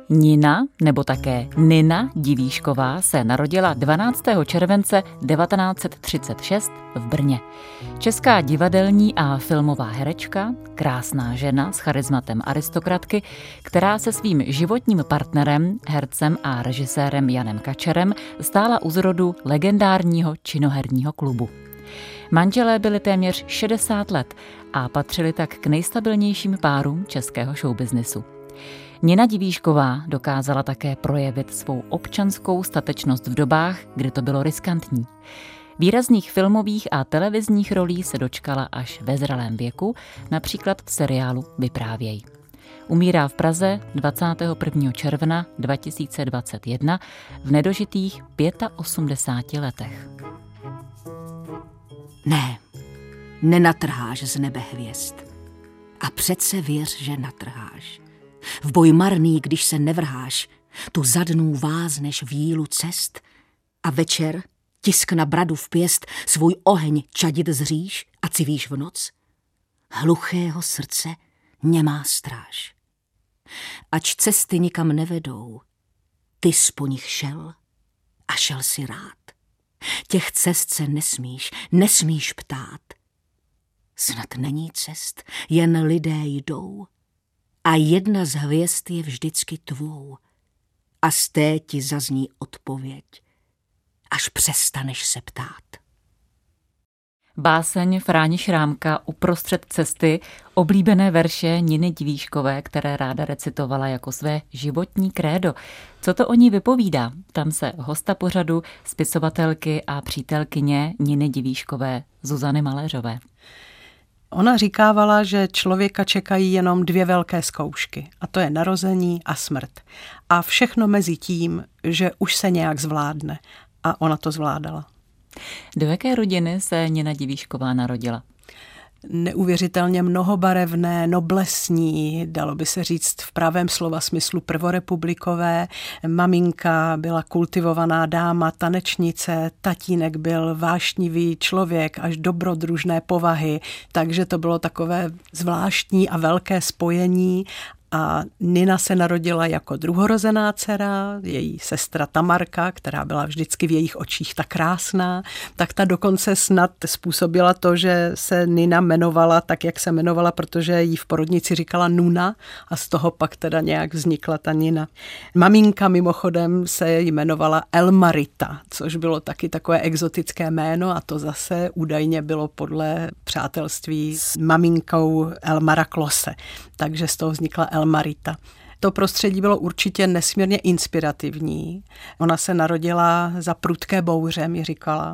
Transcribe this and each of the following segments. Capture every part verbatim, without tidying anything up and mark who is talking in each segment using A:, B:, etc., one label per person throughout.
A: Nina, nebo také Nina Divíšková, se narodila dvanáctého července devatenáct set třicet šest v Brně. Česká divadelní a filmová herečka, krásná žena s charizmatem aristokratky, která se svým životním partnerem, hercem a režisérem Janem Kačerem stála u zrodu legendárního činoherního klubu. Manželé byli téměř šedesát let a patřili tak k nejstabilnějším párům českého showbiznisu. Nina Divíšková dokázala také projevit svou občanskou statečnost v dobách, kdy to bylo riskantní. Výrazných filmových a televizních rolí se dočkala až ve zralém věku, například v seriálu Vyprávěj. Umírá v Praze dvacátého prvního června dva tisíce dvacet jedna v nedožitých osmdesáti pěti letech.
B: Ne, nenatrháš z nebe hvězd. A přece věř, že natrháš. V boj marný, když se nevrháš, tu zadnů vázneš v jílu cest a večer tisk na bradu v pěst svůj oheň čadit zříš a civíš v noc. Hluchého srdce nemá stráž. Ač cesty nikam nevedou, ty po nich šel a šel si rád. Těch cest se nesmíš, nesmíš ptát. Snad není cest, jen lidé jdou a jedna z hvězd je vždycky tvou a z té ti zazní odpověď, až přestaneš se ptát.
A: Báseň Fráni Šrámka Uprostřed cesty, oblíbené verše Niny Divíškové, které ráda recitovala jako své životní krédo. Co to o ní vypovídá? Tam se hosta pořadu, spisovatelky a přítelkyně Niny Divíškové Zuzany Maléřové.
C: Ona říkávala, že člověka čekají jenom dvě velké zkoušky, a to je narození a smrt. A všechno mezi tím, že už se nějak zvládne. A ona to zvládala.
A: Do jaké rodiny se Nina Divíšková narodila?
C: Neuvěřitelně mnohobarevné, noblesní, dalo by se říct v pravém slova smyslu prvorepublikové. Maminka byla kultivovaná dáma, tanečnice, tatínek byl vášnivý člověk až dobrodružné povahy, takže to bylo takové zvláštní a velké spojení. A Nina se narodila jako druhorozená dcera, její sestra Tamarka, která byla vždycky v jejich očích tak krásná, tak ta dokonce snad způsobila to, že se Nina jmenovala tak, jak se jmenovala, protože jí v porodnici říkala Nuna a z toho pak teda nějak vznikla ta Nina. Maminka mimochodem se jmenovala Elmarita, což bylo taky takové exotické jméno a to zase údajně bylo podle přátelství s maminkou Elmara Klose, takže z toho vznikla Elmarita. To prostředí bylo určitě nesmírně inspirativní. Ona se narodila za prudké bouře, mi říkala.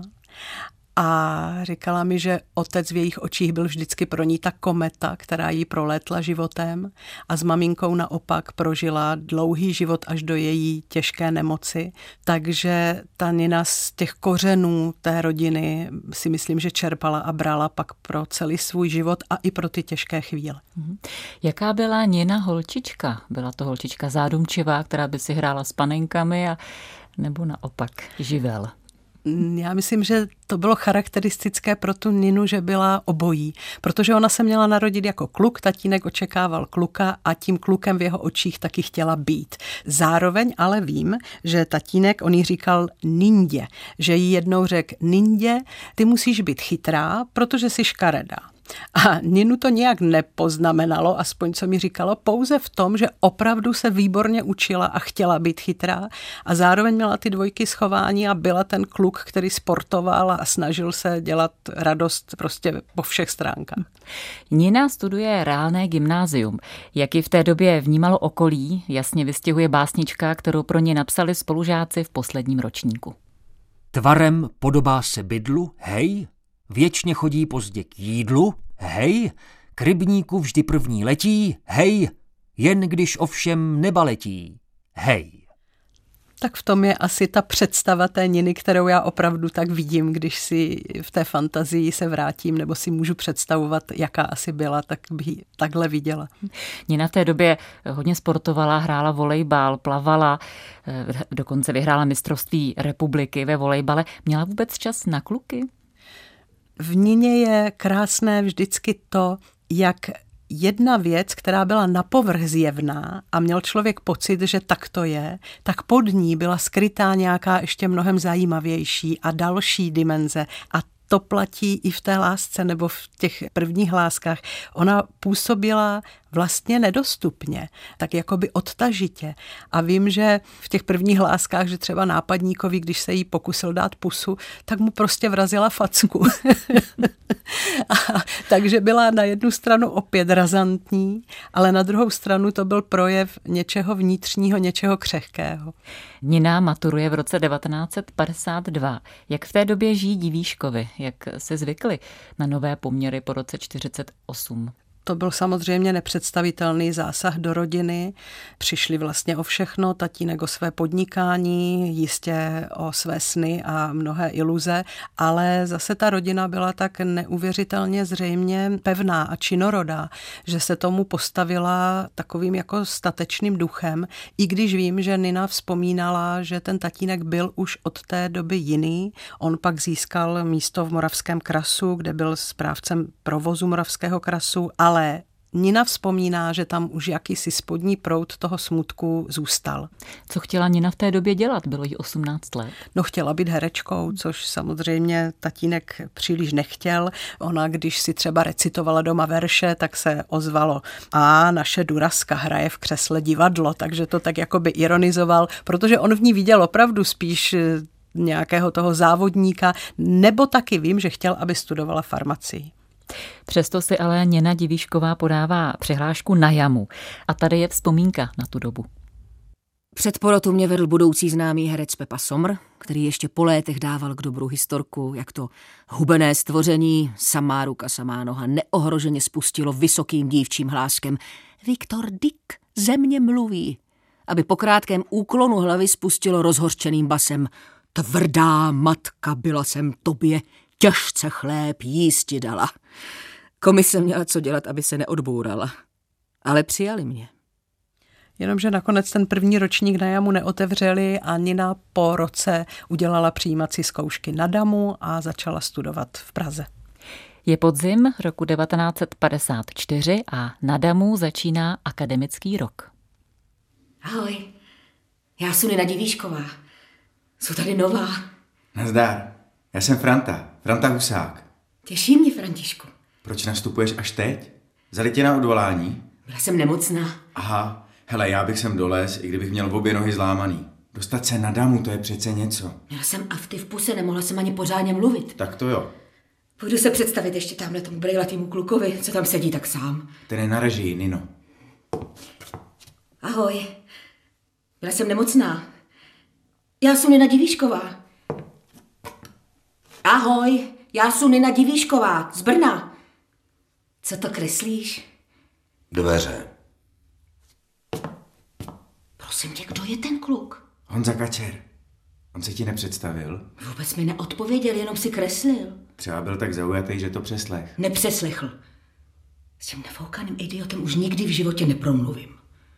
C: A říkala mi, že otec v jejich očích byl vždycky pro ní ta kometa, která jí prolétla životem a s maminkou naopak prožila dlouhý život až do její těžké nemoci. Takže ta Nina z těch kořenů té rodiny si myslím, že čerpala a brala pak pro celý svůj život a i pro ty těžké chvíle.
A: Jaká byla Nina holčička? Byla to holčička zádumčivá, která by si hrála s panenkami a nebo naopak živel?
C: Já myslím, že to bylo charakteristické pro tu Ninu, že byla obojí, protože ona se měla narodit jako kluk, tatínek očekával kluka a tím klukem v jeho očích taky chtěla být. Zároveň ale vím, že tatínek, on jí říkal Nindě, že jí jednou řekl Nindě, ty musíš být chytrá, protože jsi škaredá. A Ninu to nějak nepoznamenalo, aspoň co mi říkalo, pouze v tom, že opravdu se výborně učila a chtěla být chytrá a zároveň měla ty dvojky schování a byla ten kluk, který sportoval a snažil se dělat radost prostě po všech stránkách.
A: Nina studuje reálné gymnázium. Jak ji v té době vnímalo okolí, jasně vystihuje básnička, kterou pro ně napsali spolužáci v posledním ročníku.
D: Tvarem podobá se bydlu, hej, věčně chodí pozdě k jídlu, hej, k rybníku vždy první letí, hej, jen když ovšem nebaletí, hej.
C: Tak v tom je asi ta představa té Niny, kterou já opravdu tak vidím, když si v té fantazii se vrátím, nebo si můžu představovat, jaká asi byla, tak bych ji takhle viděla.
A: Nina v té době hodně sportovala, hrála volejbal, plavala, dokonce vyhrála mistrovství republiky ve volejbale. Měla vůbec čas na kluky?
C: V Nině je krásné vždycky to, jak jedna věc, která byla na povrch zjevná a měl člověk pocit, že tak to je, tak pod ní byla skrytá nějaká ještě mnohem zajímavější a další dimenze. A to platí i v té lásce nebo v těch prvních láskách. Ona působila vlastně nedostupně, tak jakoby odtažitě. A vím, že v těch prvních láskách, že třeba nápadníkovi, když se jí pokusil dát pusu, tak mu prostě vrazila facku. A, takže byla na jednu stranu opět razantní, ale na druhou stranu to byl projev něčeho vnitřního, něčeho křehkého.
A: Nina maturuje v roce devatenáct set padesát dva. Jak v té době žijí Divíškovi? Jak se zvykli na nové poměry po roce čtyřicet osm?
C: To byl samozřejmě nepředstavitelný zásah do rodiny. Přišli vlastně o všechno, tatínek o své podnikání, jistě o své sny a mnohé iluze, ale zase ta rodina byla tak neuvěřitelně zřejmě pevná a činorodá, že se tomu postavila takovým jako statečným duchem, i když vím, že Nina vzpomínala, že ten tatínek byl už od té doby jiný. On pak získal místo v Moravském krasu, kde byl správcem provozu Moravského krasu, ale Ale Nina vzpomíná, že tam už jakýsi spodní proud toho smutku zůstal.
A: Co chtěla Nina v té době dělat? Bylo jí osmnáct let.
C: No chtěla být herečkou, což samozřejmě tatínek příliš nechtěl. Ona, když si třeba recitovala doma verše, tak se ozvalo: a naše Duraska hraje v křesle divadlo, takže to tak jakoby ironizoval, protože on v ní viděl opravdu spíš nějakého toho závodníka, nebo taky vím, že chtěl, aby studovala farmacii.
A: Přesto si ale Nina Divíšková podává přihlášku na jamu. A tady je vzpomínka na tu dobu.
B: Před porotu mě vedl budoucí známý herec Pepa Somr, který ještě po létech dával k dobru historku, jak to hubené stvoření, samá ruka, samá noha, neohroženě spustilo vysokým dívčím hláskem: Viktor Dick, země mluví. Aby po krátkém úklonu hlavy spustilo rozhořčeným basem: Tvrdá matka, byla jsem tobě, těžce chléb jísti dala. Komise měla co dělat, aby se neodbourala. Ale přijali mě.
C: Jenomže nakonec ten první ročník na jamu neotevřeli a Nina po roce udělala přijímací zkoušky na damu a začala studovat v Praze.
A: Je podzim roku devatenáct set padesát čtyři a na damu začíná akademický rok.
B: Ahoj, já jsem Nina Divíšková. Jsou tady nová.
E: Nazdar, já jsem Franta, Franta Husák.
B: Těší mě, Františku.
E: Proč nastupuješ až teď? Vzali tě na odvolání?
B: Byla jsem nemocná.
E: Aha, hele, já bych sem dolez, i kdybych měl obě nohy zlámaný. Dostat se na damu, to je přece něco.
B: Měla jsem afty v puse, nemohla jsem ani pořádně mluvit.
E: Tak to jo.
B: Půjdu se představit ještě tamhle tomu brejlatýmu klukovi, co tam sedí tak sám.
E: Ten je na režii, Nino.
B: Ahoj, byla jsem nemocná. Já jsem Nina Divíšková. Ahoj, já jsem Nina Divíšková z Brna. Co to kreslíš?
F: Dveře.
B: Prosím tě, kdo je ten kluk?
E: Honza Kačer. On se ti nepředstavil?
B: Vůbec mi neodpověděl, jenom si kreslil.
E: Třeba byl tak zaujatý, že to přeslech.
B: Nepřeslechl. S tím nafoukaným idiotem už nikdy v životě nepromluvím.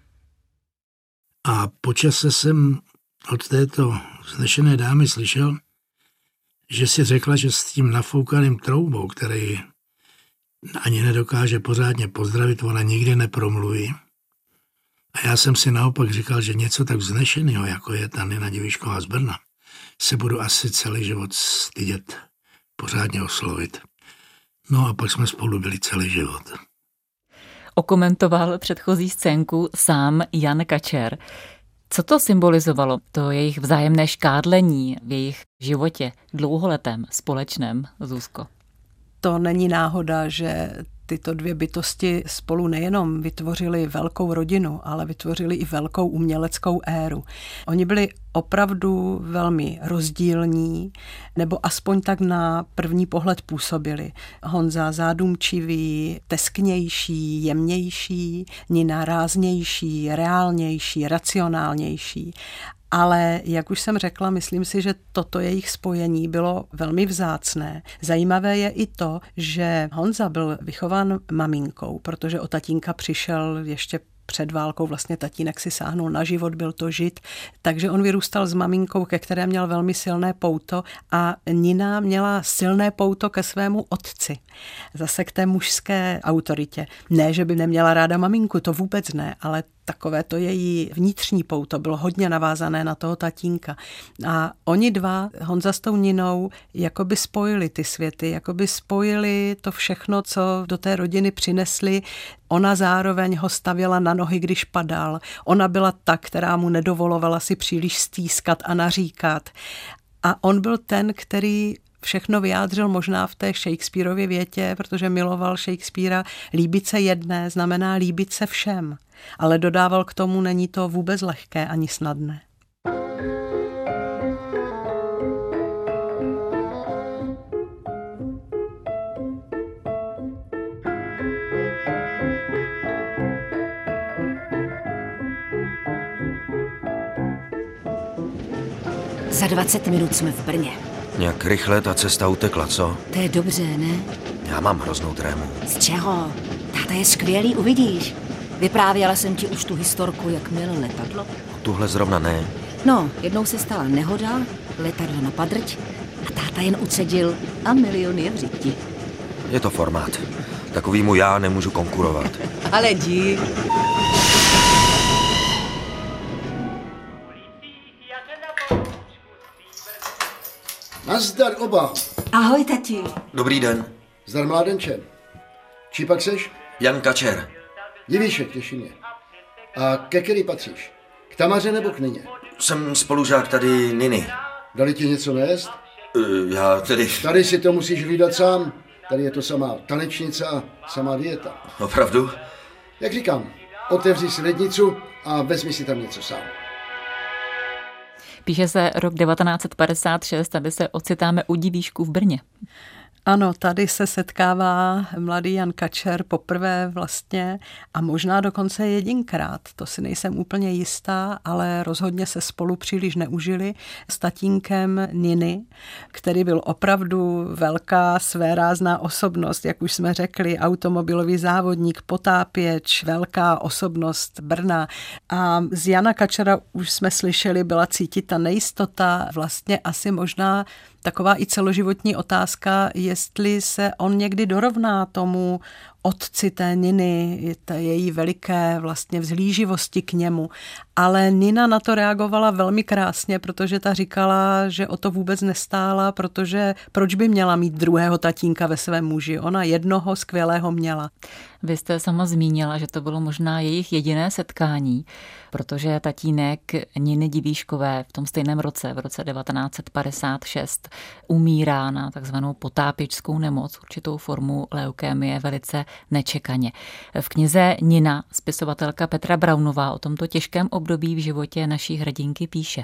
G: A po čase jsem od této vznešené dámy slyšel, že si řekla, že s tím nafoukaným troubou, který ani nedokáže pořádně pozdravit, ona nikdy nepromluví. A já jsem si naopak říkal, že něco tak vznešeného, jako je ta Nina Divíšková z Brna, se budu asi celý život stydět pořádně oslovit. No a pak jsme spolu byli celý život.
A: Okomentoval předchozí scénku sám Jan Kačer. Co to symbolizovalo, to jejich vzájemné škádlení v jejich životě, dlouholetém, společném, Zuzko?
C: To není náhoda, že tyto dvě bytosti spolu nejenom vytvořili velkou rodinu, ale vytvořili i velkou uměleckou éru. Oni byli opravdu velmi rozdílní, nebo aspoň tak na první pohled působili. Honza zádumčivý, tesknější, jemnější, Nina ráznější, reálnější, racionálnější. Ale jak už jsem řekla, myslím si, že toto jejich spojení bylo velmi vzácné. Zajímavé je i to, že Honza byl vychován maminkou, protože o tatínka přišel ještě před válkou vlastně tatínek si sáhnul na život, byl to žid, takže on vyrůstal s maminkou, ke které měl velmi silné pouto a Nina měla silné pouto ke svému otci. Zase k té mužské autoritě. Ne, že by neměla ráda maminku, to vůbec ne, ale takové to její vnitřní pouto bylo hodně navázané na toho tatínka. A oni dva, Honza s tou Ninou, jakoby spojili ty světy, jakoby spojili to všechno, co do té rodiny přinesli. Ona zároveň ho stavěla na nohy, když padal. Ona byla ta, která mu nedovolovala si příliš stýskat a naříkat. A on byl ten, který všechno vyjádřil možná v té Shakespearově větě, protože miloval Shakespeara. Líbit se jedné znamená líbit se všem. Ale dodával k tomu, není to vůbec lehké ani snadné.
B: Za dvacet minut jsme v Brně.
F: Nějak rychle ta cesta utekla, co?
B: To je dobře, ne?
F: Já mám hroznou trému.
B: Z čeho? Táta je skvělý, uvidíš. Vyprávěla jsem ti už tu historku, jak měl letadlo.
F: Tuhle zrovna ne.
B: No, jednou se stala nehoda, letadlo na padrť a táta jen ucedil a milion je v řiti.
F: Je to formát. Takovýmu já nemůžu konkurovat.
B: Ale dík.
H: Nazdar oba.
B: Ahoj, tati.
F: Dobrý den.
H: Zdar mládenče. Čí pak seš?
F: Jan Kačer.
H: Divíšek, těší mě. A ke který patříš? K Tamaře nebo k Nině?
F: Jsem spolužák tady Niny.
H: Dali ti něco nést?
F: Uh, já tedy...
H: Tady si to musíš hlídat sám. Tady je to samá tanečnice a samá dieta.
F: Opravdu?
H: Jak říkám, otevři si lednicu a vezmi si tam něco sám.
A: Píše se rok devatenáct set padesát šest, tady se ocitáme u Divíšku v Brně.
C: Ano, tady se setkává mladý Jan Kačer poprvé vlastně a možná dokonce jedinkrát. To si nejsem úplně jistá, ale rozhodně se spolu příliš neužili s tatínkem Niny, který byl opravdu velká svérázná osobnost, jak už jsme řekli, automobilový závodník, potápěč, velká osobnost Brna. A z Jana Kačera už jsme slyšeli, byla cítit ta nejistota, vlastně asi možná taková i celoživotní otázka, jestli se on někdy dorovná tomu otci té Niny, té její veliké vlastně vzhlíživosti k němu. Ale Nina na to reagovala velmi krásně, protože ta říkala, že o to vůbec nestála, protože proč by měla mít druhého tatínka ve svém muži? Ona jednoho skvělého měla.
A: Vy jste sama zmínila, že to bylo možná jejich jediné setkání, protože tatínek Niny Divíškové v tom stejném roce, v roce devatenáct set padesát šest, umírá na takzvanou potápěčskou nemoc, určitou formu leukémie, velice nečekaně. V knize Nina spisovatelka Petra Braunová o tomto těžkém období v životě naší hrdinky píše.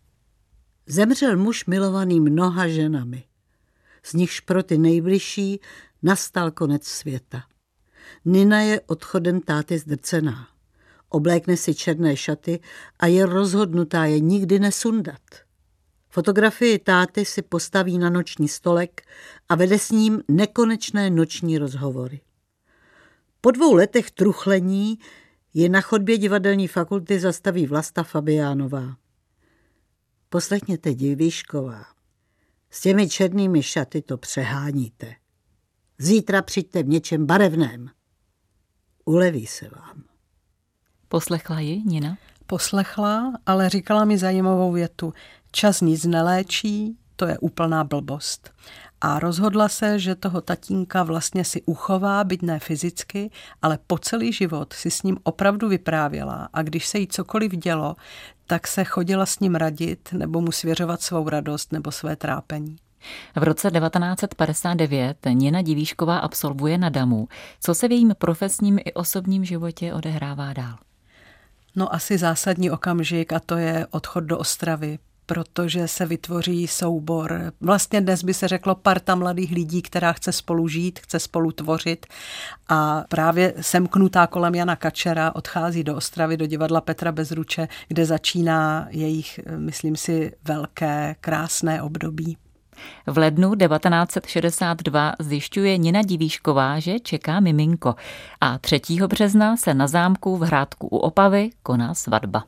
I: Zemřel muž milovaný mnoha ženami. Z nichž pro ty nejbližší nastal konec světa. Nina je odchodem táty zdrcená. Oblékne si černé šaty a je rozhodnutá je nikdy nesundat. Fotografii táty si postaví na noční stolek a vede s ním nekonečné noční rozhovory. Po dvou letech truchlení je na chodbě divadelní fakulty zastaví Vlasta Fabiánová. Poslechněte, Divíšková, s těmi černými šaty to přeháníte. Zítra přijďte v něčem barevném. Uleví se vám.
A: Poslechla ji Nina?
C: Poslechla, ale říkala mi zajímavou větu. Čas nic neléčí, to je úplná blbost. A rozhodla se, že toho tatínka vlastně si uchová, byť ne fyzicky, ale po celý život si s ním opravdu vyprávěla a když se jí cokoliv dělo, tak se chodila s ním radit nebo mu svěřovat svou radost nebo své trápení.
A: V roce devatenáct set padesát devět Nina Divíšková absolvuje na Damu. Co se v jejím profesním i osobním životě odehrává dál?
C: No asi zásadní okamžik a to je odchod do Ostravy, protože se vytvoří soubor. Vlastně dnes by se řeklo parta mladých lidí, která chce spolu žít, chce spolu tvořit a právě semknutá kolem Jana Kačera odchází do Ostravy, do divadla Petra Bezruče, kde začíná jejich, myslím si, velké, krásné období.
A: V lednu devatenáct set šedesát dva zjišťuje Nina Divíšková, že čeká miminko a třetího března se na zámku v Hrádku u Opavy koná svatba.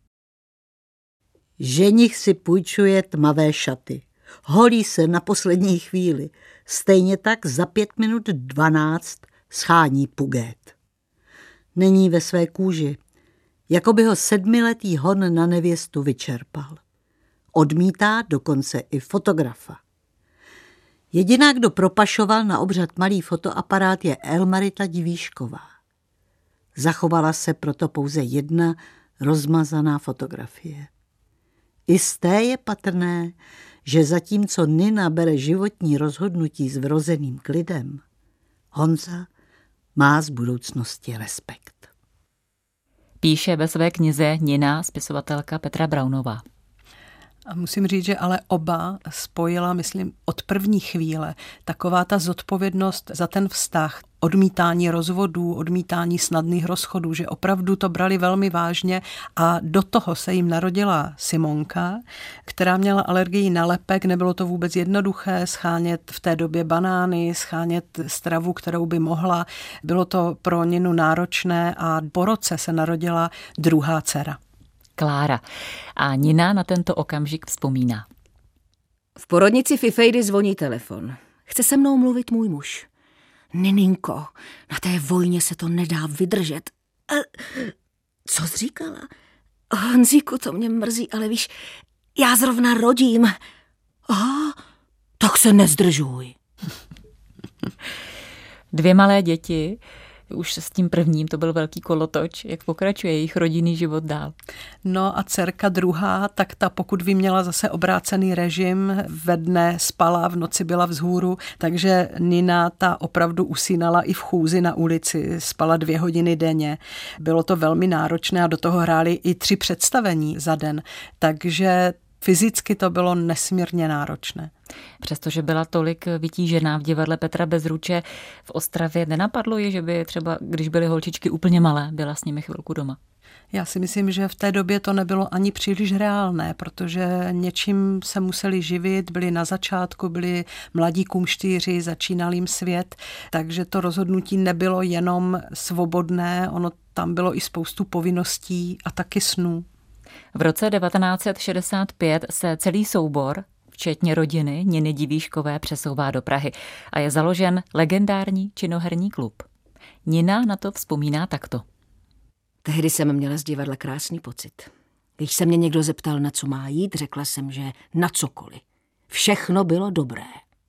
I: Ženich si půjčuje tmavé šaty. Holí se na poslední chvíli. Stejně tak za pět minut dvanáct schání pugét. Není ve své kůži, jako by ho sedmiletý hon na nevěstu vyčerpal. Odmítá dokonce i fotografa. Jediná, kdo propašoval na obřad malý fotoaparát, je Elmarita Divíšková. Zachovala se proto pouze jedna rozmazaná fotografie. I z té je patrné, že zatímco Nina bere životní rozhodnutí s vrozeným klidem, Honza má z budoucnosti respekt.
A: Píše ve své knize Nina spisovatelka Petra Braunová.
C: A musím říct, že ale oba spojila, myslím, od první chvíle taková ta zodpovědnost za ten vztah, odmítání rozvodů, odmítání snadných rozchodů, že opravdu to brali velmi vážně a do toho se jim narodila Simonka, která měla alergii na lepek, nebylo to vůbec jednoduché schánět v té době banány, schánět stravu, kterou by mohla. Bylo to pro Ninu náročné a po roce se narodila druhá dcera.
A: Klára. A Nina na tento okamžik vzpomíná.
B: V porodnici Fifejdy zvoní telefon. Chce se mnou mluvit můj muž. Nininko, na té vojně se to nedá vydržet. A co jsi říkala? Honzíku, to mě mrzí, ale víš, já zrovna rodím. Aha, tak se nezdržuj.
A: Dvě malé děti. Už s tím prvním to byl velký kolotoč, jak pokračuje jejich rodinný život dál.
C: No a dcerka druhá, tak ta pokud by měla zase obrácený režim, ve dne spala, v noci byla vzhůru, takže Nina ta opravdu usínala i v chůzi na ulici, spala dvě hodiny denně. Bylo to velmi náročné a do toho hráli i tři představení za den, takže fyzicky to bylo nesmírně náročné.
A: Přestože byla tolik vytížená v divadle Petra Bezruče v Ostravě, nenapadlo ji, že by třeba, když byly holčičky úplně malé, byla s nimi chvilku doma?
C: Já si myslím, že v té době to nebylo ani příliš reálné, protože něčím se museli živit, byli na začátku, byli mladí kumštýři, začínal jim svět, takže to rozhodnutí nebylo jenom svobodné, ono tam bylo i spoustu povinností a taky snů.
A: V roce devatenáct set šedesát pět se celý soubor, včetně rodiny Niny Divíškové, přesouvá do Prahy a je založen legendární činoherní klub. Nina na to vzpomíná takto.
B: Tehdy jsem měla z divadla krásný pocit. Když se mě někdo zeptal, na co má jít, řekla jsem, že na cokoliv. Všechno bylo dobré.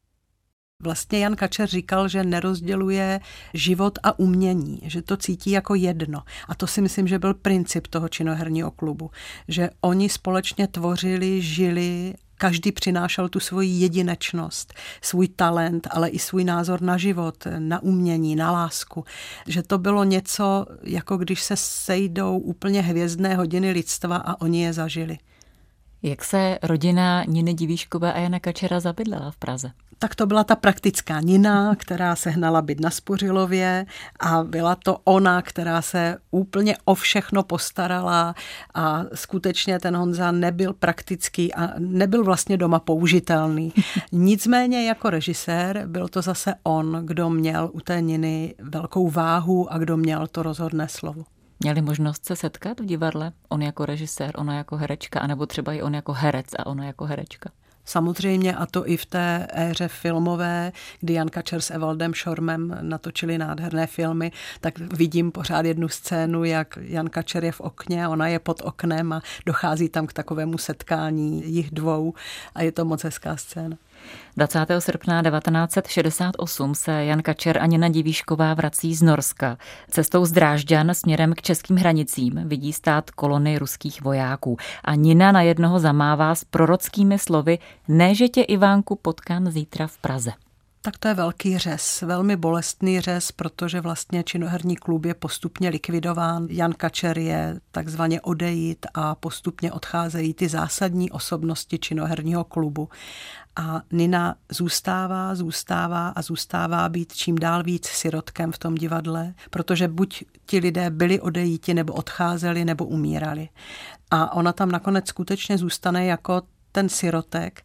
C: Vlastně Jan Kačer říkal, že nerozděluje život a umění, že to cítí jako jedno. A to si myslím, že byl princip toho činoherního klubu. Že oni společně tvořili, žili, každý přinášel tu svoji jedinečnost, svůj talent, ale i svůj názor na život, na umění, na lásku. Že to bylo něco, jako když se sejdou úplně hvězdné hodiny lidstva a oni je zažili.
A: Jak se rodina Niny Divíškové a Jana Kačera zabydlela v Praze?
C: Tak to byla ta praktická Nina, která sehnala byt na Spořilově a byla to ona, která se úplně o všechno postarala a skutečně ten Honza nebyl praktický a nebyl vlastně doma použitelný. Nicméně jako režisér byl to zase on, kdo měl u té Niny velkou váhu a kdo měl to rozhodné slovo.
A: Měli možnost se setkat v divadle? On jako režisér, ona jako herečka, anebo třeba i on jako herec a ona jako herečka?
C: Samozřejmě, a to i v té éře filmové, kdy Jan Kačer s Evaldem Šormem natočili nádherné filmy, tak vidím pořád jednu scénu, jak Jan Kačer je v okně, ona je pod oknem a dochází tam k takovému setkání jich dvou a je to moc hezká scéna.
A: dvacátého srpna devatenáct set šedesát osm se Jan Kačer a Nina Divíšková vrací z Norska. Cestou z Drážďan směrem k českým hranicím vidí stát kolony ruských vojáků a Nina na jednoho zamává s prorockými slovy: ne, že tě, Ivánku, potkám zítra v Praze.
C: Tak to je velký řez, velmi bolestný řez, protože vlastně činoherní klub je postupně likvidován. Jan Kačer je takzvaně odejít a postupně odcházejí ty zásadní osobnosti činoherního klubu. A Nina zůstává, zůstává a zůstává být čím dál víc sirotkem v tom divadle, protože buď ti lidé byli odejíti, nebo odcházeli, nebo umírali. A ona tam nakonec skutečně zůstane jako ten sirotek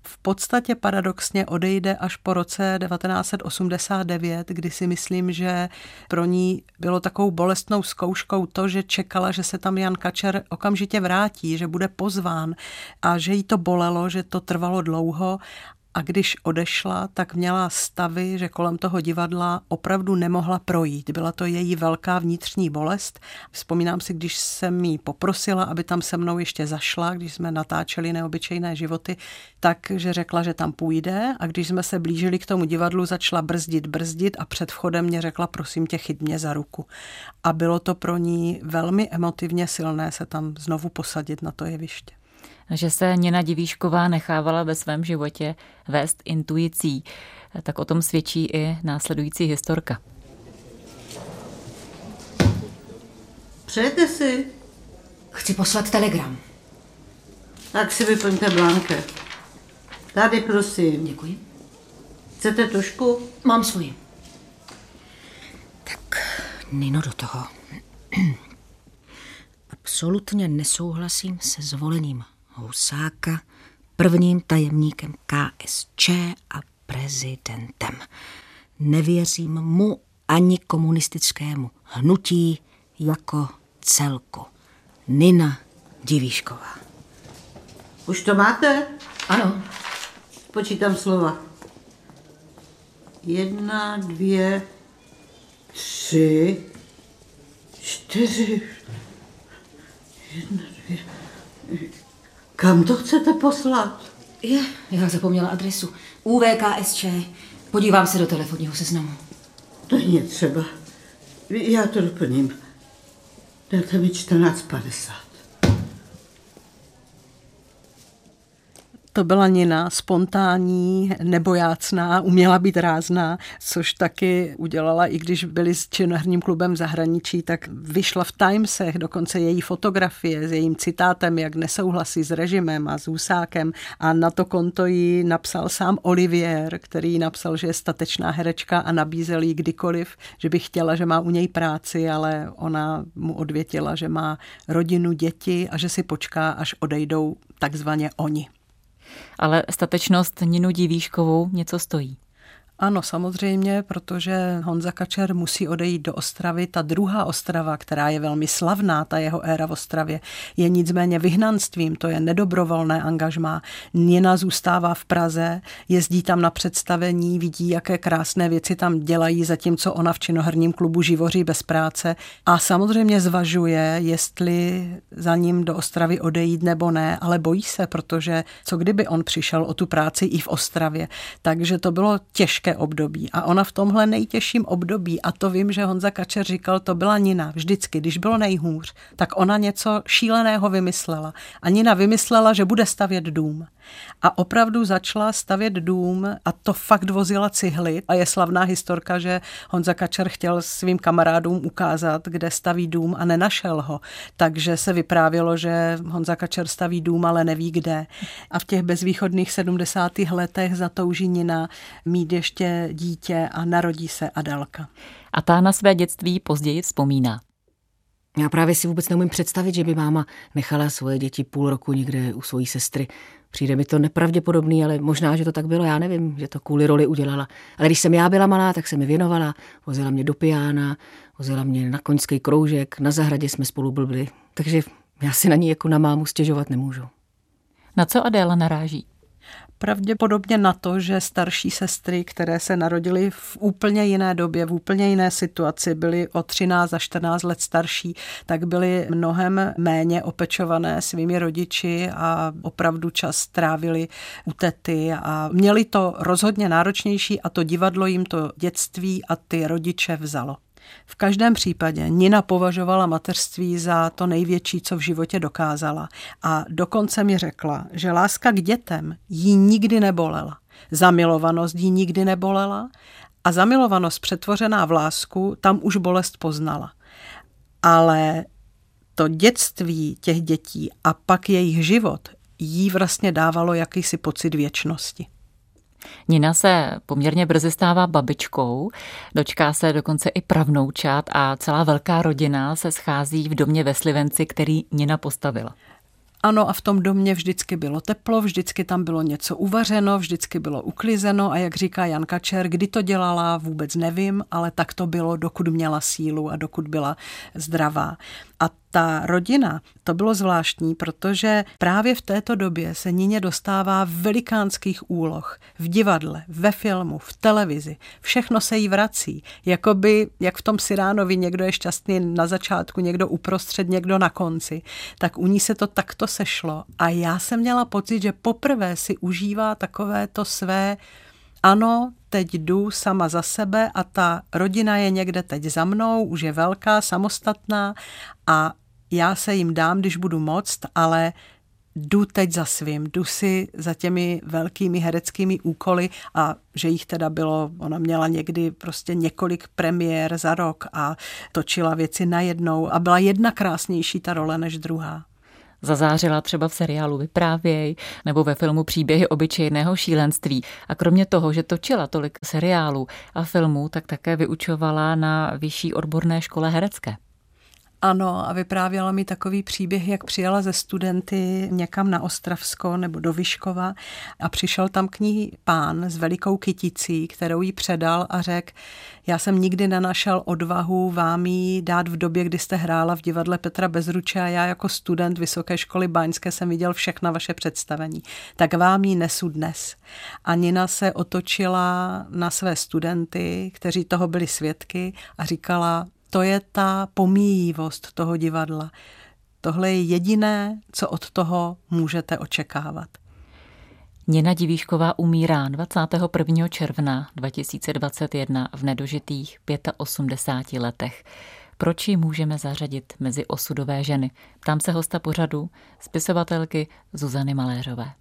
C: v podstatě paradoxně odejde až po roce devatenáct set osmdesát devět, kdy si myslím, že pro ní bylo takovou bolestnou zkouškou to, že čekala, že se tam Jan Kačer okamžitě vrátí, že bude pozván a že jí to bolelo, že to trvalo dlouho. A když odešla, tak měla stavy, že kolem toho divadla opravdu nemohla projít. Byla to její velká vnitřní bolest. Vzpomínám si, když jsem jí poprosila, aby tam se mnou ještě zašla, když jsme natáčeli Neobyčejné životy, takže řekla, že tam půjde. A když jsme se blížili k tomu divadlu, začala brzdit, brzdit a před vchodem mě řekla, prosím tě, chyť mě za ruku. A bylo to pro ní velmi emotivně silné se tam znovu posadit na to jeviště.
A: Že se Nina Divíšková nechávala ve svém životě vést intuicí, tak o tom svědčí i následující historka.
I: Přejete si?
B: Chci poslat telegram.
I: Tak si vyplňte blanke. Tady, prosím.
B: Děkuji.
I: Chcete tušku?
B: Mám svoji. Tak, Nino, do toho. Absolutně nesouhlasím se zvolením Husáka prvním tajemníkem K S Č a prezidentem. Nevěřím mu ani komunistickému hnutí jako celku. Nina Divíšková.
I: Už to máte?
B: Ano.
I: Počítám slova. Jedna, dvě, tři, čtyři. Jedna, dvě. Kam to chcete poslat?
B: Je, já zapomněla adresu. U V K S Č. Podívám se do telefonního seznamu.
I: To není třeba. Já to doplním. Dáte mi čtrnáct padesát.
C: To byla Nina, spontánní, nebojácná, uměla být rázná, což taky udělala, i když byli s činoherním klubem v zahraničí, tak vyšla v Timesech dokonce její fotografie s jejím citátem, jak nesouhlasí s režimem a s Husákem, a na to konto jí napsal sám Olivier, který napsal, že je statečná herečka a nabízel jí kdykoliv, že by chtěla, že má u něj práci, ale ona mu odvětila, že má rodinu, děti a že si počká, až odejdou takzvaně oni.
A: Ale statečnost Ninu Divíškovou něco stojí.
C: Ano, samozřejmě, protože Honza Kačer musí odejít do Ostravy. Ta druhá Ostrava, která je velmi slavná, ta jeho éra v Ostravě, je nicméně vyhnanstvím, to je nedobrovolné angažmá. Nina zůstává v Praze, jezdí tam na představení, vidí, jaké krásné věci tam dělají, zatímco ona v činoherním klubu živoří bez práce a samozřejmě zvažuje, jestli za ním do Ostravy odejít nebo ne, ale bojí se, protože co kdyby on přišel o tu práci i v Ostravě. Takže to bylo těžké období. A ona v tomhle nejtěžším období, a to vím, že Honza Kačer říkal, to byla Nina. Vždycky, když bylo nejhůř, tak ona něco šíleného vymyslela. A Nina vymyslela, že bude stavět dům. A opravdu začala stavět dům a to fakt vozila cihly. A je slavná historka, že Honza Kačer chtěl svým kamarádům ukázat, kde staví dům a nenašel ho. Takže se vyprávělo, že Honza Kačer staví dům, ale neví kde. A v těch bezvýchodných sedmdesátých letech zatouží Nina mít ještě dítě a narodí se Adelka.
A: A ta na své dětství později vzpomíná.
B: Já právě si vůbec neumím představit, že by máma nechala svoje děti půl roku někde u svojí sestry. Přijde mi to nepravděpodobný, ale možná, že to tak bylo, já nevím, že to kvůli roli udělala. Ale když jsem já byla malá, tak se mi věnovala, vozila mě do piána, vozila mě na koňský kroužek, na zahradě jsme spolu blbli. Takže já si na ní jako na mámu stěžovat nemůžu.
A: Na co Adéla naráží?
C: Pravděpodobně na to, že starší sestry, které se narodily v úplně jiné době, v úplně jiné situaci, byly o třináct a čtrnáct let starší, tak byly mnohem méně opečované svými rodiči a opravdu čas trávili u tety a měli to rozhodně náročnější a to divadlo jim to dětství a ty rodiče vzalo. V každém případě Nina považovala mateřství za to největší, co v životě dokázala. A dokonce mi řekla, že láska k dětem jí nikdy nebolela. Zamilovanost jí nikdy nebolela a zamilovanost přetvořená v lásku, tam už bolest poznala. Ale to dětství těch dětí a pak jejich život jí vlastně dávalo jakýsi pocit věčnosti.
A: Nina se poměrně brzy stává babičkou, dočká se dokonce i pravnoučat a celá velká rodina se schází v domě ve Slivenci, který Nina postavila.
C: Ano, a v tom domě vždycky bylo teplo, vždycky tam bylo něco uvařeno, vždycky bylo uklizeno a jak říká Jan Kačer, kdy to dělala, vůbec nevím, ale tak to bylo, dokud měla sílu a dokud byla zdravá. A ta rodina, to bylo zvláštní, protože právě v této době se Nině dostává velikánských úloh v divadle, ve filmu, v televizi. Všechno se jí vrací. Jakoby, jak v tom Siránovi někdo je šťastný na začátku, někdo uprostřed, někdo na konci, tak u ní se to takto sešlo. A já jsem měla pocit, že poprvé si užívá takové to své, ano, teď jdu sama za sebe a ta rodina je někde teď za mnou, už je velká, samostatná a já se jim dám, když budu moct, ale jdu teď za svým, jdu si za těmi velkými hereckými úkoly a že jich teda bylo, ona měla někdy prostě několik premiér za rok a točila věci najednou a byla jedna krásnější ta role než druhá.
A: Zazářila třeba v seriálu Vyprávěj nebo ve filmu Příběhy obyčejného šílenství. A kromě toho, že točila tolik seriálů a filmů, tak také vyučovala na vyšší odborné škole herecké.
C: Ano, a vyprávěla mi takový příběh, jak přijela ze studenty někam na Ostravsko nebo do Vyškova a přišel tam k ní pán s velikou kyticí, kterou jí předal a řekl, já jsem nikdy nenašel odvahu vám jí dát v době, kdy jste hrála v divadle Petra Bezruče a já jako student Vysoké školy báňské jsem viděl všechna vaše představení. Tak vám ji nesu dnes. A Nina se otočila na své studenty, kteří toho byli svědky a říkala, to je ta pomíjivost toho divadla. Tohle je jediné, co od toho můžete očekávat.
A: Nina Divíšková umírá dvacátého prvního června dva tisíce dvacet jedna v nedožitých osmdesáti pěti letech. Proč ji můžeme zařadit mezi osudové ženy? Ptám se hosta pořadu, spisovatelky Zuzany Maléřové.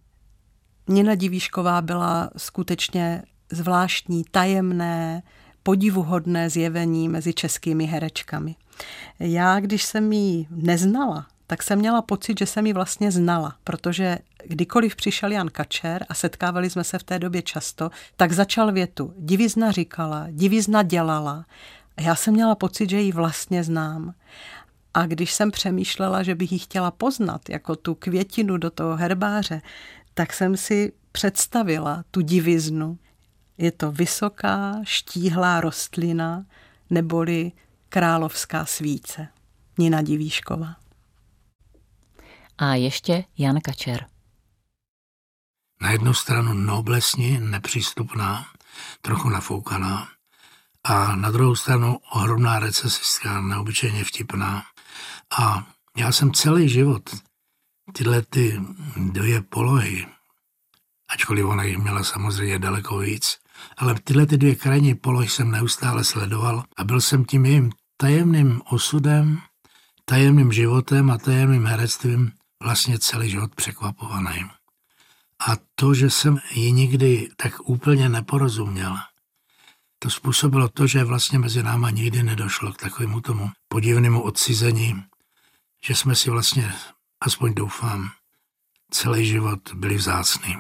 C: Nina Divíšková byla skutečně zvláštní, tajemné, podivuhodné zjevení mezi českými herečkami. Já, když jsem ji neznala, tak jsem měla pocit, že jsem ji vlastně znala, protože kdykoliv přišel Jan Kačer a setkávali jsme se v té době často, tak začal větu. Divizna říkala, divizna dělala. A já jsem měla pocit, že ji vlastně znám. A když jsem přemýšlela, že bych ji chtěla poznat, jako tu květinu do toho herbáře, tak jsem si představila tu diviznu. Je to vysoká, štíhlá rostlina, neboli královská svíce. Nina Divíšková.
A: A ještě Jan Kačer.
G: Na jednu stranu noblesní, nepřístupná, trochu nafoukaná, a na druhou stranu ohromná recesistka, neobyčejně vtipná. A já jsem celý život tyhle ty dvě polohy, ačkoliv ona jich měla samozřejmě daleko víc, ale tyhle ty dvě krajní polohy jsem neustále sledoval a byl jsem tím jejím tajemným osudem, tajemným životem a tajemným herectvím vlastně celý život překvapovaný. A to, že jsem ji nikdy tak úplně neporozuměl, to způsobilo to, že vlastně mezi náma nikdy nedošlo k takovému tomu podivnému odcizení, že jsme si vlastně, aspoň doufám, celý život byli vzácný.